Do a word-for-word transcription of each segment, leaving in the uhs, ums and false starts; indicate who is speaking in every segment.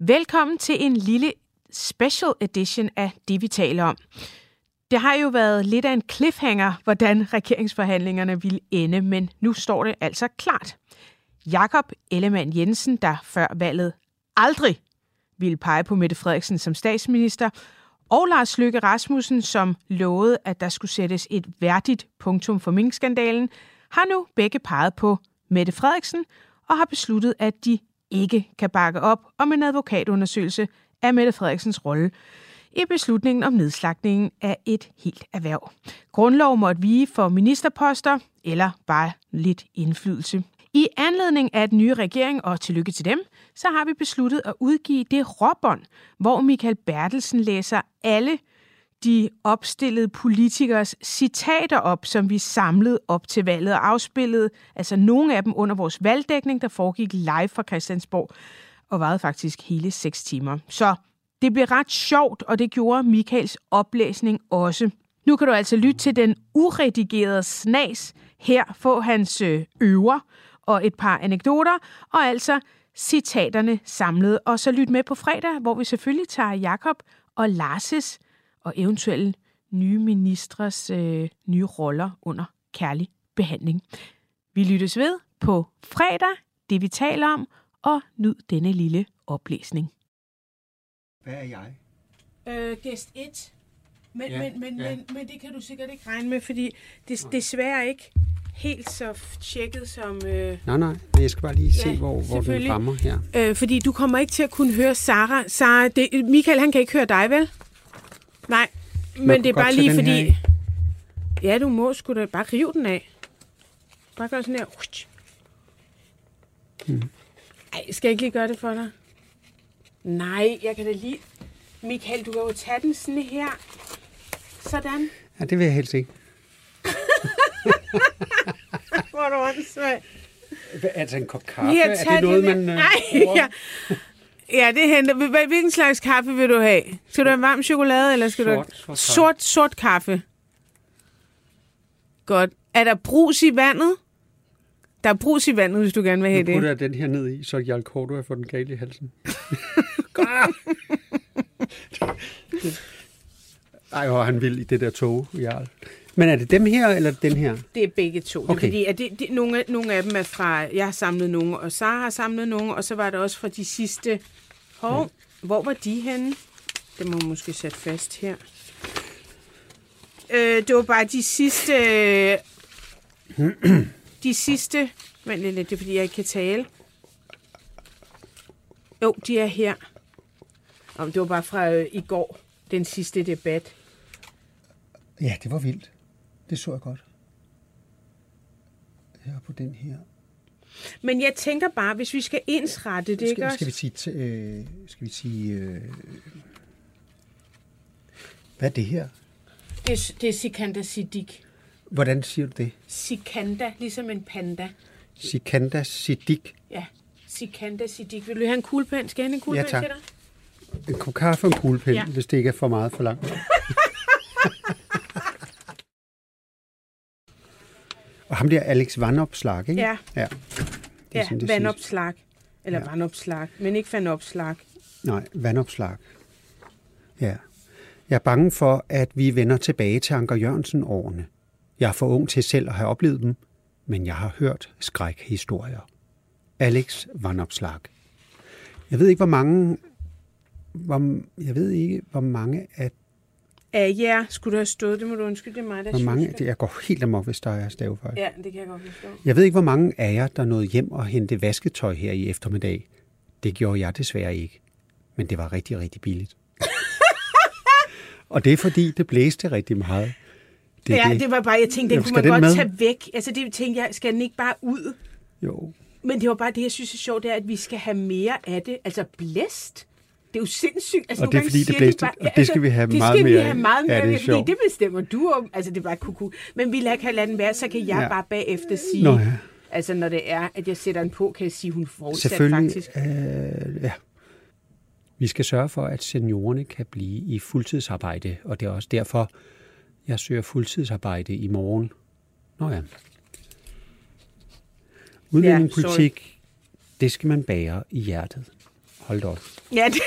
Speaker 1: Velkommen til en lille special edition af det, vi taler om. Det har jo været lidt af en cliffhanger, hvordan regeringsforhandlingerne ville ende, men nu står det altså klart. Jakob Ellemann-Jensen, der før valget aldrig ville pege på Mette Frederiksen som statsminister, og Lars Løkke Rasmussen, som lovede, at der skulle sættes et værdigt punktum for minkskandalen, har nu begge peget på Mette Frederiksen og har besluttet, at de ikke kan bakke op om en advokatundersøgelse af Mette Frederiksens rolle i beslutningen om nedslagningen af et helt erhverv. Grundlov måtte vige for ministerposter eller bare lidt indflydelse. I anledning af den nye regering, og tillykke til dem, så har vi besluttet at udgive det råbånd, hvor Mikael Bertelsen læser alle de opstillede politikers citater op, som vi samlede op til valget og afspillede, altså nogle af dem under vores valgdækning, der foregik live fra Christiansborg, og varede faktisk hele seks timer. Så det blev ret sjovt, og det gjorde Michaels oplæsning også. Nu kan du altså lytte til den uredigerede snas her, få hans øver og et par anekdoter, og altså citaterne samlet. Og så lyt med på fredag, hvor vi selvfølgelig tager Jakob og Larses og eventuelle nye ministres øh, nye roller under kærlig behandling. Vi lyttes ved på fredag, det vi taler om, og nyd denne lille oplæsning.
Speaker 2: Hvad er jeg?
Speaker 1: Øh, gæst et. Men,
Speaker 2: ja,
Speaker 1: men, men,
Speaker 2: ja.
Speaker 1: men, men det kan du sikkert ikke regne med, fordi det er desværre ikke helt så tjekket som... Øh...
Speaker 2: Nej, nej, men jeg skal bare lige se,
Speaker 1: ja,
Speaker 2: hvor, hvor den rammer her.
Speaker 1: Øh, fordi du kommer ikke til at kunne høre Sara. Sara det, Michael, han kan ikke høre dig, vel? Nej, men det er bare lige fordi... Ja, du må sgu da bare rive den af. Bare gøre sådan her. Hmm. Ej, skal jeg ikke lige gøre det for dig? Nej, jeg kan da lige... Michael, du kan jo tage den sådan her. Sådan.
Speaker 2: Ja, det vil jeg helst ikke.
Speaker 1: Hvor er du åndssvagt.
Speaker 2: Altså en kop kaffe? Er det noget, man...
Speaker 1: Nej, ja. Ja, det henter. Hvilken slags kaffe vil du have? Skal du have varm chokolade, eller skal
Speaker 2: sort,
Speaker 1: du
Speaker 2: sort,
Speaker 1: sort, sort kaffe? Godt. Er der brus i vandet? Der er brus i vandet, hvis du gerne vil have det.
Speaker 2: Nu putter jeg den her ned i, så Jarl Korto har fået den galt i halsen. Ej, hvor han vil i det der tog, Jarl. Men er det dem her, eller den her?
Speaker 1: Det er begge to.
Speaker 2: Okay.
Speaker 1: Det er fordi, at det, det, nogle, nogle af dem er fra... Jeg har samlet nogle, og Sara har samlet nogle, og så var det også fra de sidste... Hov, ja. Hvor var de henne? Det må man måske sætte fast her. Øh, det var bare de sidste... de sidste... Vent lidt, det er fordi, jeg ikke kan tale. Jo, de er her. Om det var bare fra øh, i går, den sidste debat.
Speaker 2: Ja, det var vildt. Det så jeg godt. Her på den her.
Speaker 1: Men jeg tænker bare, hvis vi skal ensrette det,
Speaker 2: skal,
Speaker 1: ikke
Speaker 2: skal vi sige, t- øh, skal vi sige, øh, hvad er det her?
Speaker 1: Det er, det er Sikandar Siddique.
Speaker 2: Hvordan siger du det?
Speaker 1: Sikandar, ligesom en panda.
Speaker 2: Sikandar Siddique?
Speaker 1: Ja, Sikandar Siddique. Vil du have en kuglepen? Skal jeg have en kuglepen
Speaker 2: ja,
Speaker 1: til dig?
Speaker 2: En kop kaffe og en kuglepen, ja. Hvis det ikke er for meget for langt. Og ham der Alex Vanopslagh, ikke?
Speaker 1: Ja.
Speaker 2: Ja,
Speaker 1: ja sådan, Vanopslagh. Eller ja. Vanopslagh, men ikke Vanopslagh.
Speaker 2: Nej, Vanopslagh. Ja. Jeg er bange for, at vi vender tilbage til Anker Jørgensen-årene. Jeg er for ung til selv at have oplevet dem, men jeg har hørt skrækhistorier. Alex Vanopslagh. Jeg ved ikke, hvor mange... Hvor, jeg ved ikke, hvor mange af...
Speaker 1: Af jer skulle du have stået, det må du undskylde, det er mig, der
Speaker 2: hvor mange, det, jeg går helt amok, hvis der er stavefejl.
Speaker 1: Ja, det kan jeg godt forstå.
Speaker 2: Jeg ved ikke, hvor mange af jer, der nåede hjem og hente vasketøj her i eftermiddag. Det gjorde jeg desværre ikke. Men det var rigtig, rigtig billigt. Og det er fordi, det blæste rigtig meget.
Speaker 1: Det, ja, det, det var bare, jeg tænkte, den kunne man godt med? tage væk. Altså det tænkte jeg, skal den ikke bare ud?
Speaker 2: Jo.
Speaker 1: Men det var bare det, jeg synes er sjovt, det er, at vi skal have mere af det. Altså blæst. Det er jo sindssygt. Altså,
Speaker 2: og det er fordi, det blæste, de og det skal vi have
Speaker 1: det
Speaker 2: meget
Speaker 1: skal
Speaker 2: mere
Speaker 1: vi have meget mere,
Speaker 2: ja, det,
Speaker 1: fordi det bestemmer du om. Altså, det er bare kuku. Men vi lader lade den være, så kan jeg ja. bare bagefter sige,
Speaker 2: Nå, ja.
Speaker 1: altså når det er, at jeg sætter den på, kan jeg sige, hun fortsat faktisk.
Speaker 2: Øh, ja. Vi skal sørge for, at seniorerne kan blive i fuldtidsarbejde, og det er også derfor, jeg søger fuldtidsarbejde i morgen. Nå ja. Udlændingepolitik, ja, det skal man bære i hjertet. Hold op.
Speaker 1: Ja, det...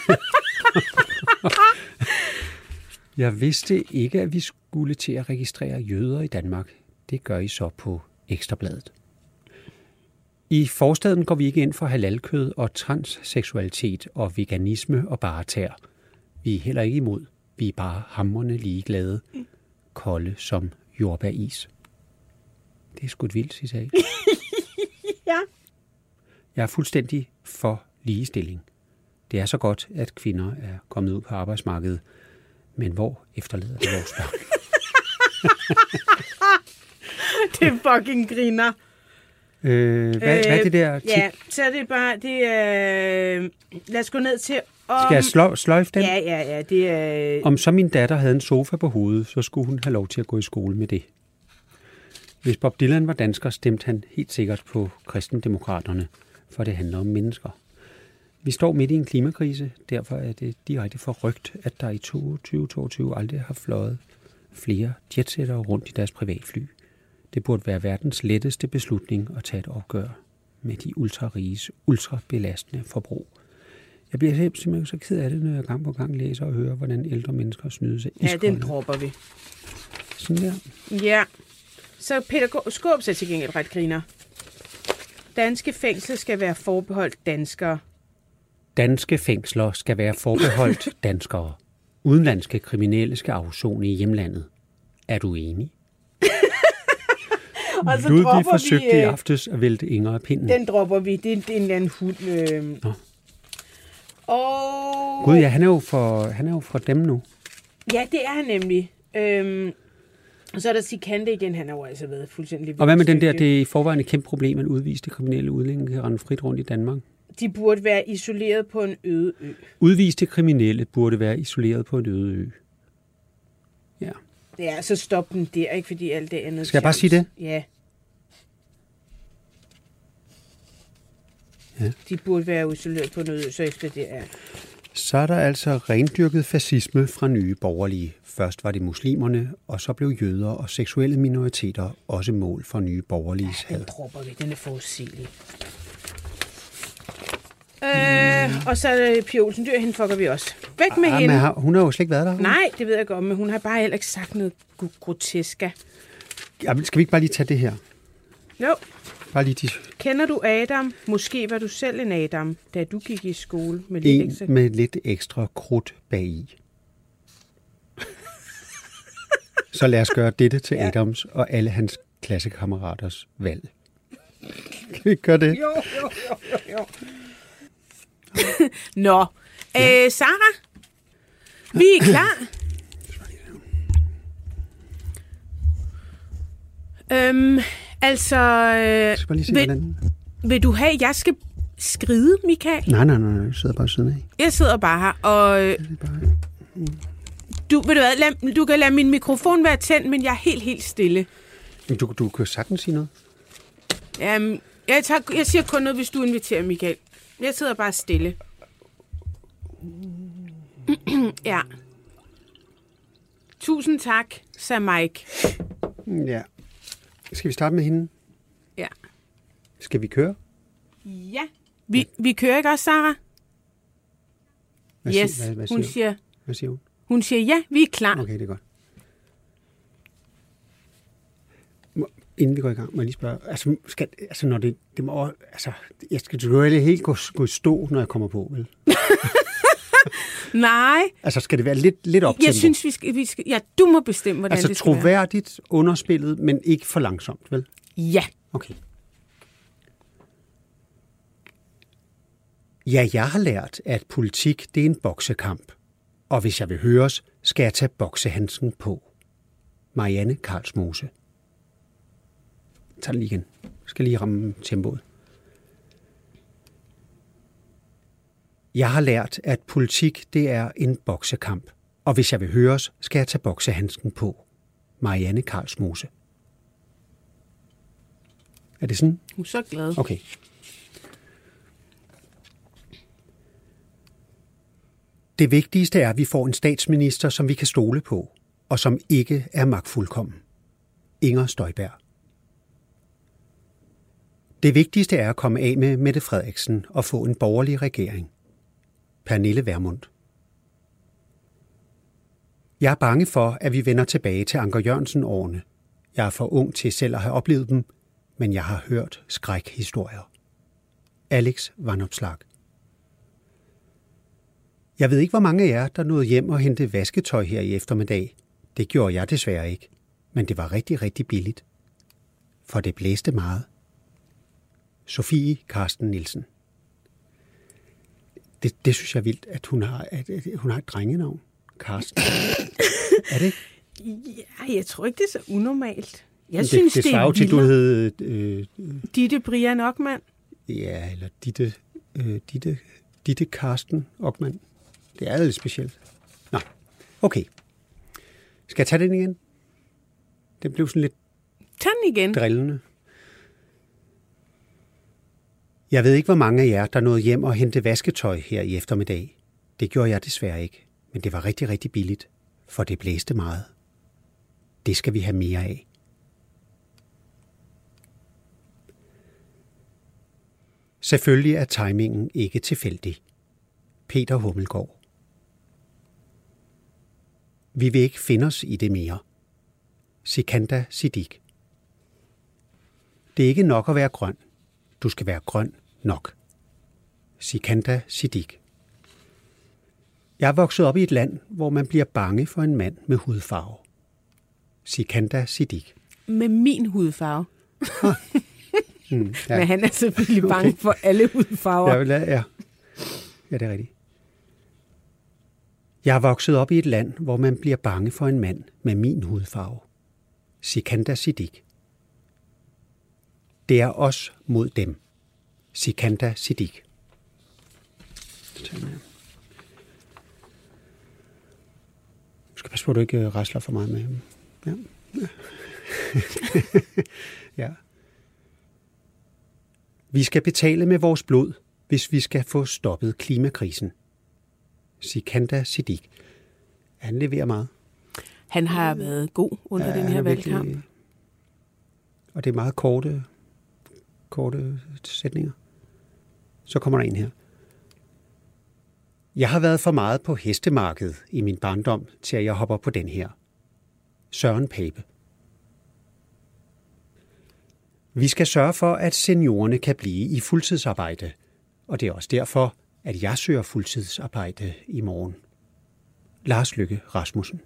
Speaker 2: Jeg vidste ikke, at vi skulle til at registrere jøder i Danmark. Det gør I så på Ekstrabladet. I forstaden går vi ikke ind for halalkød og transseksualitet og veganisme og bare tær. Vi er heller ikke imod. Vi er bare hamrende ligeglade. Kolde som jordbæris. Det er sgu et vildt citat.
Speaker 1: Ja.
Speaker 2: Jeg er fuldstændig for ligestilling. Det er så godt, at kvinder er kommet ud på arbejdsmarkedet. Men hvor efterlader det vores børn?
Speaker 1: Det er fucking griner.
Speaker 2: Øh, hvad, øh, hvad er det der? Tip?
Speaker 1: Ja, så er det bare, det er, øh, lad os gå ned til om...
Speaker 2: Skal jeg slå, sløjfe den?
Speaker 1: Ja, ja, ja, det er...
Speaker 2: Om så min datter havde en sofa på hovedet, så skulle hun have lov til at gå i skole med det. Hvis Bob Dylan var dansker, stemte han helt sikkert på kristendemokraterne, for det handler om mennesker. Vi står midt i en klimakrise, derfor er det direkte forrygt, at der i tyve toogtyve aldrig har fløjet flere jetsættere rundt i deres privatfly. Det burde være verdens letteste beslutning at tage et opgør med de ultrariges, ultrabelastende forbrug. Jeg bliver simpelthen så ked af det, når jeg gang på gang læser og hører, hvordan ældre mennesker snyder sig iskolde.
Speaker 1: Ja, den dropper vi.
Speaker 2: Sådan der.
Speaker 1: Ja. Så Peter Skåb sig til gengæld ret griner. Danske fængsler skal være forbeholdt danskere.
Speaker 2: Danske fængsler skal være forbeholdt danskere. Udenlandske kriminelle skal afsone i hjemlandet. Er du enig?
Speaker 1: Og så
Speaker 2: Ludvig forsøgte
Speaker 1: vi,
Speaker 2: i aftes at vælte Inger af pinden.
Speaker 1: Den dropper vi. Det er, det er en eller anden hund. Øh.
Speaker 2: Nå.
Speaker 1: Og...
Speaker 2: Gud, ja, han er jo for, han er jo for dem nu.
Speaker 1: Ja, det er han nemlig. Øhm, og så er der Sikande igen, han har jo altså været fuldstændig...
Speaker 2: Og hvad med den der, det er i forvejen et kæmpe problem, at udviste kriminelle udlændinge kan rende frit rundt i Danmark?
Speaker 1: De burde være isoleret på en øde ø.
Speaker 2: Udviste kriminelle burde være isoleret på en øde ø. Ja.
Speaker 1: Ja, så stop den der, ikke? Fordi alt det andet...
Speaker 2: Skal jeg bare sige det?
Speaker 1: Ja.
Speaker 2: Ja.
Speaker 1: De burde være isoleret på en øde ø, så efter det er...
Speaker 2: Så er der altså rendyrket fascisme fra nye borgerlige. Først var det muslimerne, og så blev jøder og seksuelle minoriteter også mål for nye borgerliges had.
Speaker 1: Den dropper vi, den er forudsigelig. Øh, og så er det Pia Olsen Dyr, hende fucker vi også. Væk med
Speaker 2: ah,
Speaker 1: hende.
Speaker 2: Har, hun har jo slet ikke været der. Hun.
Speaker 1: Nej, det ved jeg godt, men hun har bare heller ikke sagt noget groteska.
Speaker 2: Ja, skal vi ikke bare lige tage det her?
Speaker 1: Jo.
Speaker 2: Bare lige de...
Speaker 1: Kender du Adam? Måske var du selv en Adam, da du gik i skole med lidt
Speaker 2: en
Speaker 1: ekstra...
Speaker 2: med lidt ekstra krudt bagi. Så lad os gøre dette til ja. Adams og alle hans klassekammeraters valg. Kan vi ikke gøre det?
Speaker 1: Jo, jo, jo, jo, jo. Nå, ja. øh, Sara, vi er klar. øhm, altså, øh,
Speaker 2: skal bare lige se,
Speaker 1: vil,
Speaker 2: hvordan...
Speaker 1: vil du have, at jeg skal skride, Michael?
Speaker 2: Nej, nej, nej, nej, jeg sidder bare siden af.
Speaker 1: Jeg sidder bare her, og... Øh, du, ved du hvad, lad, du kan lade min mikrofon være tændt, men jeg er helt, helt stille.
Speaker 2: Men du, du kan sagtens sige noget.
Speaker 1: Jamen, jeg, tager, jeg siger kun noget, hvis du inviterer, Michael. Jeg sidder bare stille. Ja. Tusind tak, sagde Mike.
Speaker 2: Ja. Skal vi starte med hende?
Speaker 1: Ja.
Speaker 2: Skal vi køre?
Speaker 1: Ja. Vi, vi kører ikke også, Sara?
Speaker 2: Hvad
Speaker 1: yes,
Speaker 2: siger, hvad, hvad siger
Speaker 1: hun siger...
Speaker 2: Hvad siger hun?
Speaker 1: Hun siger, ja, vi er klar.
Speaker 2: Okay, det er godt. Må, inden vi går i gang, må jeg lige spørge, altså, skal, altså når det, det må, altså, jeg skal jo helt gå, gå i stå, når jeg kommer på, vel?
Speaker 1: Nej.
Speaker 2: Altså, skal det være lidt, lidt optempo?
Speaker 1: Jeg synes, vi skal, vi skal, ja, du må bestemme, hvordan
Speaker 2: altså,
Speaker 1: det skal være.
Speaker 2: Altså, troværdigt underspillet, men ikke for langsomt, vel?
Speaker 1: Ja.
Speaker 2: Okay. Ja, jeg har lært, at politik, det er en boksekamp. Og hvis jeg vil høres, skal jeg tage boksehandsken på. Marianne Karlsmose. Tag den lige igen. Jeg skal lige ramme tempoet. Jeg har lært, at politik, det er en boksekamp. Og hvis jeg vil høres, skal jeg tage boksehandsken på. Marianne Karlsmose. Er det sådan?
Speaker 1: Hun er så glad.
Speaker 2: Okay. Det vigtigste er, at vi får en statsminister, som vi kan stole på, og som ikke er magtfuldkommen. Inger Støjberg. Det vigtigste er at komme af med Mette Frederiksen og få en borgerlig regering. Pernille Vermund. Jeg er bange for, at vi vender tilbage til Anker Jørgensen-årene. Jeg er for ung til selv at have oplevet dem, men jeg har hørt skrækhistorier. Alex Vanopslagh. Jeg ved ikke, hvor mange af jer, der nåede hjem og hente vasketøj her i eftermiddag. Det gjorde jeg desværre ikke, men det var rigtig, rigtig billigt. For det blæste meget. Sofie Carsten Nielsen. Det, det synes jeg er vildt, at hun har, at, at hun har et drengenavn. Carsten. Er det?
Speaker 1: Ja, jeg tror ikke, det er så unormalt. Jeg
Speaker 2: det,
Speaker 1: synes,
Speaker 2: det,
Speaker 1: det,
Speaker 2: det
Speaker 1: er
Speaker 2: til, du hed... Øh,
Speaker 1: Ditte Brian Ockmann.
Speaker 2: Ja, eller Ditte, øh, Ditte, Ditte Carsten Ockmann. Det er lidt specielt. Nå, okay. Skal jeg tage den igen? Den blev sådan lidt...
Speaker 1: Tag den igen.
Speaker 2: Drillende. Jeg ved ikke, hvor mange af jer, der nåede hjem og hente vasketøj her i eftermiddag. Det gjorde jeg desværre ikke, men det var rigtig, rigtig billigt, for det blæste meget. Det skal vi have mere af. Selvfølgelig er timingen ikke tilfældig. Peter Hummelgaard. Vi vil ikke finde os i det mere. Sikandar Siddique. Det er ikke nok at være grøn. Du skal være grøn nok. Sikandar Siddique. Jeg er vokset op i et land, hvor man bliver bange for en mand med hudfarve. Sikandar Siddique.
Speaker 1: Med min hudfarve.
Speaker 2: mm, ja.
Speaker 1: Men han er selvfølgelig bange okay. for alle hudfarver.
Speaker 2: Ja, ja, ja. ja, det er rigtigt. Jeg er vokset op i et land, hvor man bliver bange for en mand med min hudfarve. Sikandar Siddique. Det er os mod dem. Sikandar Siddique. Du skal passe på, at du ikke rasler for meget med ham. Ja. Ja. ja. Vi skal betale med vores blod, hvis vi skal få stoppet klimakrisen. Sikandar Siddique. Han leverer meget.
Speaker 1: Han har været god under ja, den her valgkamp. Virkelig...
Speaker 2: Og det er meget korte, korte sætninger. Så kommer der en her. Jeg har været for meget på hestemarkedet i min barndom, til at jeg hopper på den her. Søren Pape. Vi skal sørge for, at seniorerne kan blive i fuldtidsarbejde. Og det er også derfor, at jeg søger fuldtidsarbejde i morgen. Lars Løkke Rasmussen.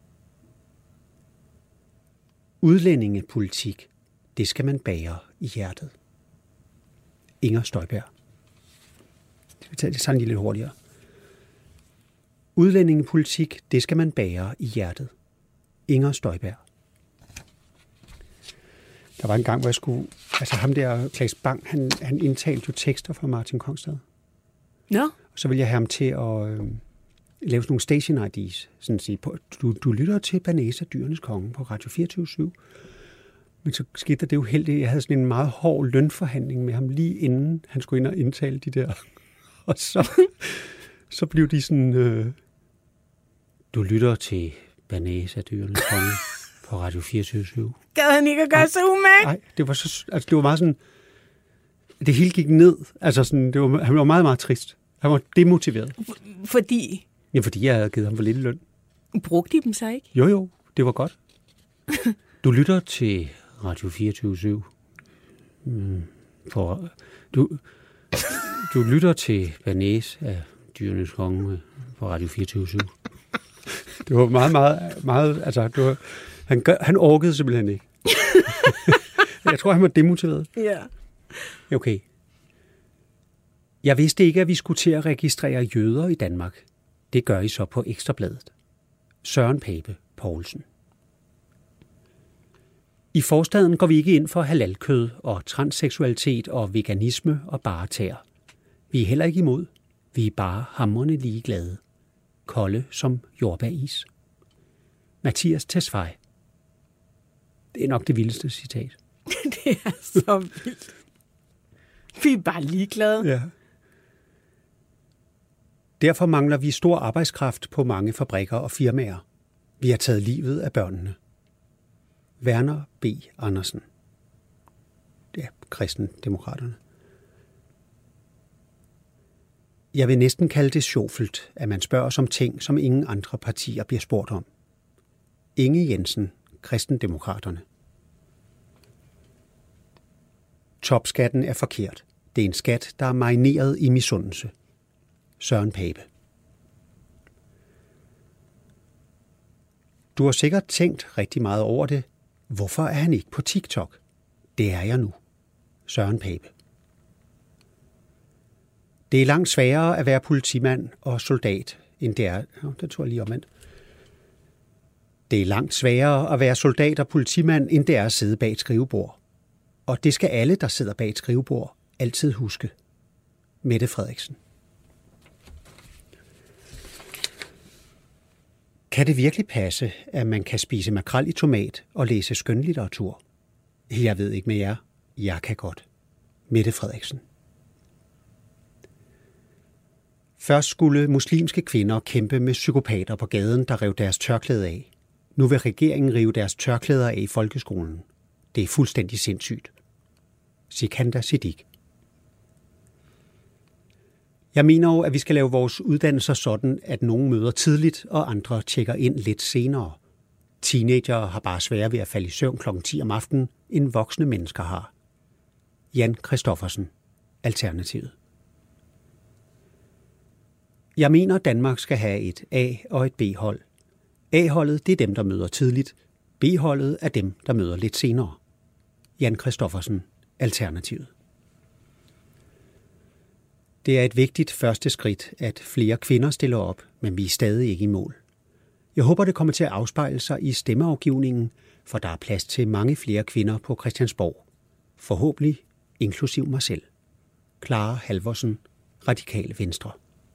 Speaker 2: Udlændingepolitik, det skal man bære i hjertet. Inger Støjberg. Vi tager det sådan lige lidt hurtigere. Udlændingepolitik, det skal man bære i hjertet. Inger Støjberg. Der var en gang, hvor jeg skulle... Altså ham der, Claes Bang, han, han indtalte jo tekster fra Martin Kongstad.
Speaker 1: Ja.
Speaker 2: Og så ville jeg have ham til at øh, lave sådan nogle station I Ds. Sådan at sige, du, du lytter til Banæsa, Dyrenes Konge på Radio fireogtyve syv. Men så skete der det jo heldigt. Jeg havde sådan en meget hård lønforhandling med ham, lige inden han skulle ind og indtale de der. Og så, så blev de sådan... Øh, du lytter til Banæsa, Dyrenes Konge på Radio fireogtyve syv.
Speaker 1: Gad han ikke at gøre sig umage?
Speaker 2: Nej, det var så, altså det var meget sådan, det hele gik ned. Altså sådan, det var, han var meget, meget trist. Han var demotiveret.
Speaker 1: Fordi?
Speaker 2: Ja, fordi jeg havde givet ham for lidt løn.
Speaker 1: Brugte de dem så ikke?
Speaker 2: Jo, jo, det var godt. Du lytter til Radio fireogtyve syv. Mm, for, du, du lytter til Banæs af Dyrenes Konge på Radio fireogtyve syv. Det var meget, meget, meget, altså, det var, han, gør, han orkede simpelthen ikke. Jeg tror, han var demotiveret.
Speaker 1: Ja.
Speaker 2: Okay. Jeg vidste ikke, at vi skulle til at registrere jøder i Danmark. Det gør I så på Ekstrabladet. Søren Pape Poulsen. I forstaden går vi ikke ind for halalkød og transseksualitet og veganisme og bare tær. Vi er heller ikke imod. Vi er bare hamrende ligeglade. Kolde som jordbæris. Mathias Tesfaye. Det er nok det vildeste citat.
Speaker 1: Det er så vildt. Vi er bare ligeglade.
Speaker 2: Ja. Derfor mangler vi stor arbejdskraft på mange fabrikker og firmaer. Vi har taget livet af børnene. Werner B. Andersen. Ja, Kristendemokraterne. Jeg vil næsten kalde det sjovfuldt, at man spørger os om ting, som ingen andre partier bliver spurgt om. Inge Jensen, Kristendemokraterne. Topskatten er forkert. Det er en skat, der er marineret i misundelse. Søren Pape. Du har sikkert tænkt rigtig meget over det. Hvorfor er han ikke på TikTok? Det er jeg nu. Søren Pape. Det er langt sværere at være politimand og soldat, end det er... Oh, det tror jeg lige omvendt. Det er langt sværere at være soldat og politimand, end det er at sidde bag et skrivebord. Og det skal alle, der sidder bag et skrivebord, altid huske. Mette Frederiksen. Kan det virkelig passe, at man kan spise makrel i tomat og læse skønlitteratur? Jeg ved ikke med jer. Jeg kan godt. Mette Frederiksen. Først skulle muslimske kvinder kæmpe med psykopater på gaden, der rev deres tørklæde af. Nu vil regeringen rive deres tørklæder af i folkeskolen. Det er fuldstændig sindssygt. Sikandar Siddique. Jeg mener jo, at vi skal lave vores uddannelser sådan, at nogen møder tidligt, og andre tjekker ind lidt senere. Teenagere har bare svære ved at falde i søvn klokken ti om aftenen, end voksne mennesker har. Jan Kristoffersen, Alternativet. Jeg mener, at Danmark skal have et A- og et B-hold. A-holdet, det er dem, der møder tidligt. B-holdet er dem, der møder lidt senere. Jan Kristoffersen, Alternativet. Det er et vigtigt første skridt, at flere kvinder stiller op, men vi er stadig ikke i mål. Jeg håber, det kommer til at afspejle sig i stemmeafgivningen, for der er plads til mange flere kvinder på Christiansborg. Forhåbentlig inklusiv mig selv. Clara Halvorsen, Radikale Venstre.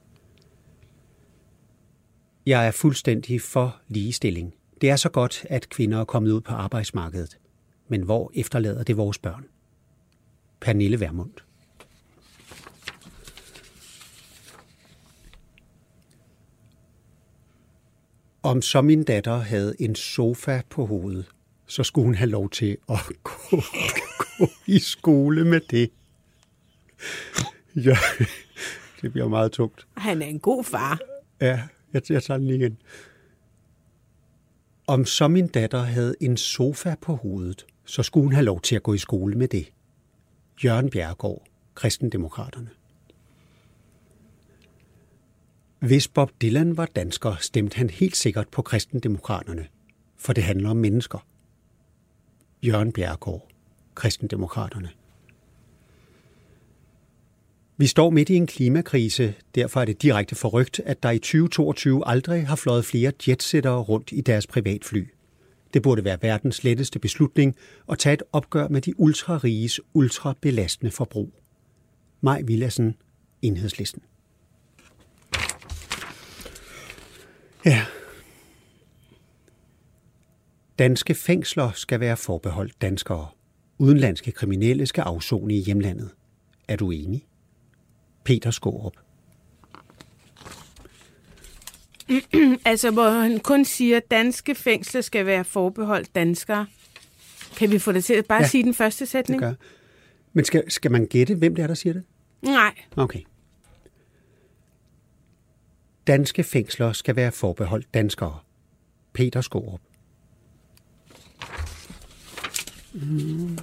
Speaker 2: Jeg er fuldstændig for ligestilling. Det er så godt, at kvinder er kommet ud på arbejdsmarkedet. Men hvor efterlader det vores børn? Pernille Vermund. Om så min datter havde en sofa på hovedet, så skulle hun have lov til at gå, gå i skole med det. Ja, det bliver meget tungt.
Speaker 1: Han er en god far.
Speaker 2: Ja, jeg, jeg tager den lige igen. Om så min datter havde en sofa på hovedet, så skulle hun have lov til at gå i skole med det. Jørgen Bjerregaard, Kristendemokraterne. Hvis Bob Dylan var dansker, stemte han helt sikkert på Kristendemokraterne, for det handler om mennesker. Jørgen Bjerregaard, Kristendemokraterne. Vi står midt i en klimakrise, derfor er det direkte forrygt, at der i tyve toogtyve aldrig har fløjet flere jetsættere rundt i deres privatfly. Det burde være verdens letteste beslutning at tage et opgør med de ultrariges ultrabelastende forbrug. Maj Villadsen, Enhedslisten. Ja. Danske fængsler skal være forbeholdt danskere. Udenlandske kriminelle skal afsone i hjemlandet. Er du enig? Peter Skaarup.
Speaker 1: Altså, hvor han kun siger, at danske fængsler skal være forbeholdt danskere. Kan vi få det til at bare ja, sige den første sætning?
Speaker 2: Det gør. Men skal, skal man gætte, hvem det er, der siger det?
Speaker 1: Nej.
Speaker 2: Okay. Danske fængsler skal være forbeholdt danskere. Peter Skaarup. Mm.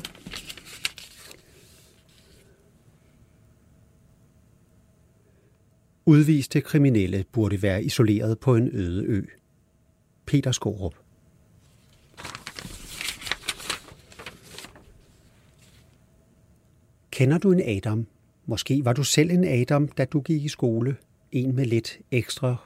Speaker 2: Udviste kriminelle burde være isoleret på en øde ø. Peter Skaarup. Kender du en Adam? Måske var du selv en Adam, da du gik i skole. En med lidt ekstra...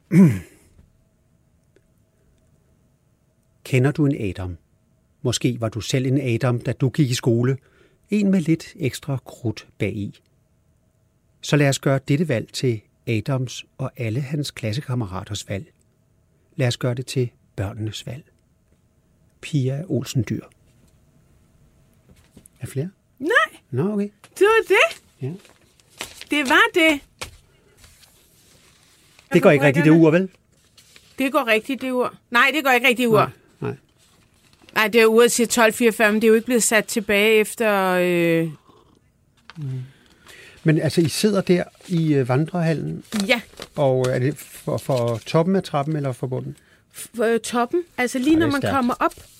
Speaker 2: Kender du en Adam? Måske var du selv en Adam, da du gik i skole. En med lidt ekstra krudt bagi. Så lad os gøre dette valg til Adams og alle hans klassekammeraters valg. Lad os gøre det til børnenes valg. Pia Olsen Dyhr. Er flere?
Speaker 1: Nej.
Speaker 2: Nå, okay.
Speaker 1: Det var det.
Speaker 2: Ja.
Speaker 1: Det var det.
Speaker 2: Det går ikke rigtigt, det ur, vel?
Speaker 1: Det går rigtigt, det ur. Nej, det går ikke rigtigt, ur.
Speaker 2: Nej, nej.
Speaker 1: Nej, det er uret til tolv fireogfyrre, men det er jo ikke blevet sat tilbage efter... Øh...
Speaker 2: Mm. Men altså, I sidder der i øh, vandrehallen?
Speaker 1: Ja.
Speaker 2: Og er det for, for toppen af trappen eller for bunden?
Speaker 1: For toppen. Altså lige
Speaker 2: Ej,
Speaker 1: når
Speaker 2: det er
Speaker 1: man
Speaker 2: stærkt.
Speaker 1: kommer op